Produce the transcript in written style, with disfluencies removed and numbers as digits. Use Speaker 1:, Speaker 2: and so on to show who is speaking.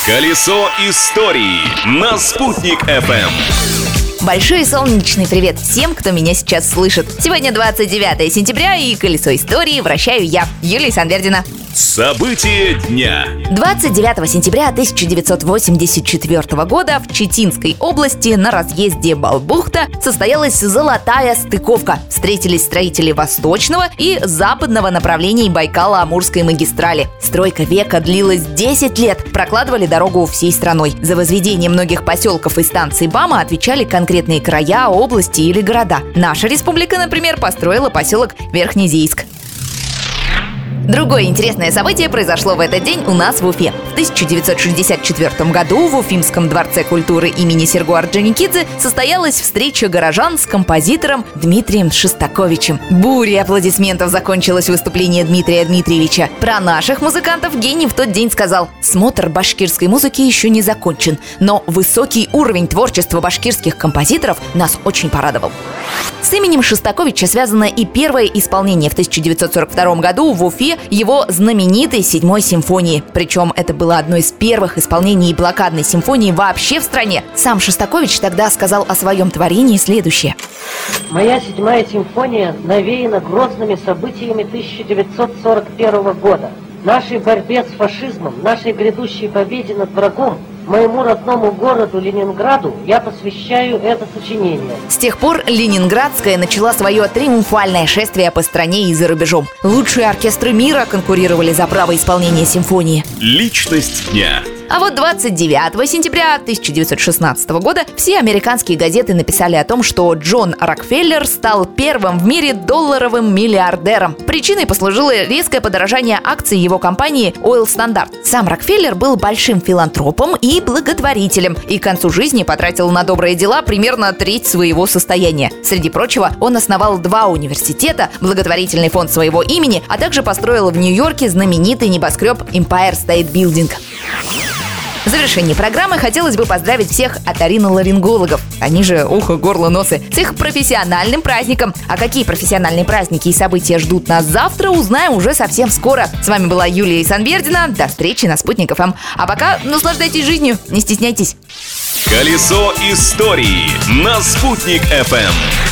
Speaker 1: Колесо истории на Спутник FM.
Speaker 2: Большой солнечный привет всем, кто меня сейчас слышит. Сегодня 29 сентября, и колесо истории вращаю я, Юлия Санвердина.
Speaker 1: События дня.
Speaker 2: 29 сентября 1984 года в Читинской области на разъезде Балбухта состоялась золотая стыковка. Встретились строители восточного и западного направлений Байкало-Амурской магистрали. Стройка века длилась 10 лет, прокладывали дорогу всей страной. За возведение многих поселков и станций БАМа отвечали конкретные края, области или города. Наша республика, например, построила поселок Верхнезейск. Другое интересное событие произошло в этот день у нас в Уфе. В 1964 году в Уфимском дворце культуры имени Серго Орджоникидзе состоялась встреча горожан с композитором Дмитрием Шостаковичем. Бурей аплодисментов закончилось выступление Дмитрия Дмитриевича. Про наших музыкантов гений в тот день сказал: «Смотр башкирской музыки еще не закончен, но высокий уровень творчества башкирских композиторов нас очень порадовал». С именем Шостаковича связано и первое исполнение в 1942 году в Уфе его знаменитой 7-й симфонии. Причем это было одно из первых исполнений блокадной симфонии вообще в стране. Сам Шостакович тогда сказал о своем творении следующее:
Speaker 3: «Моя 7-я симфония навеяна грозными событиями 1941 года. Нашей борьбе с фашизмом, нашей грядущей победе над врагом, моему родному городу Ленинграду я посвящаю это сочинение».
Speaker 2: С тех пор Ленинградская начала свое триумфальное шествие по стране и за рубежом. Лучшие оркестры мира конкурировали за право исполнения симфонии.
Speaker 1: Личность дня.
Speaker 2: А вот 29 сентября 1916 года все американские газеты написали о том, что Джон Рокфеллер стал первым в мире долларовым миллиардером. Причиной послужило резкое подорожание акций его компании Oil Standard. Сам Рокфеллер был большим филантропом и благотворителем, и к концу жизни потратил на добрые дела примерно треть своего состояния. Среди прочего, он основал 2 университета, благотворительный фонд своего имени, а также построил в Нью-Йорке знаменитый небоскреб Empire State Building. В завершении программы хотелось бы поздравить всех оториноларингологов, они же ухо, горло, носы, с их профессиональным праздником. А какие профессиональные праздники и события ждут нас завтра, узнаем уже совсем скоро. С вами была Юлия Санвердина. До встречи на Спутник ФМ. А пока наслаждайтесь жизнью, не стесняйтесь.
Speaker 1: Колесо истории на Спутник FM.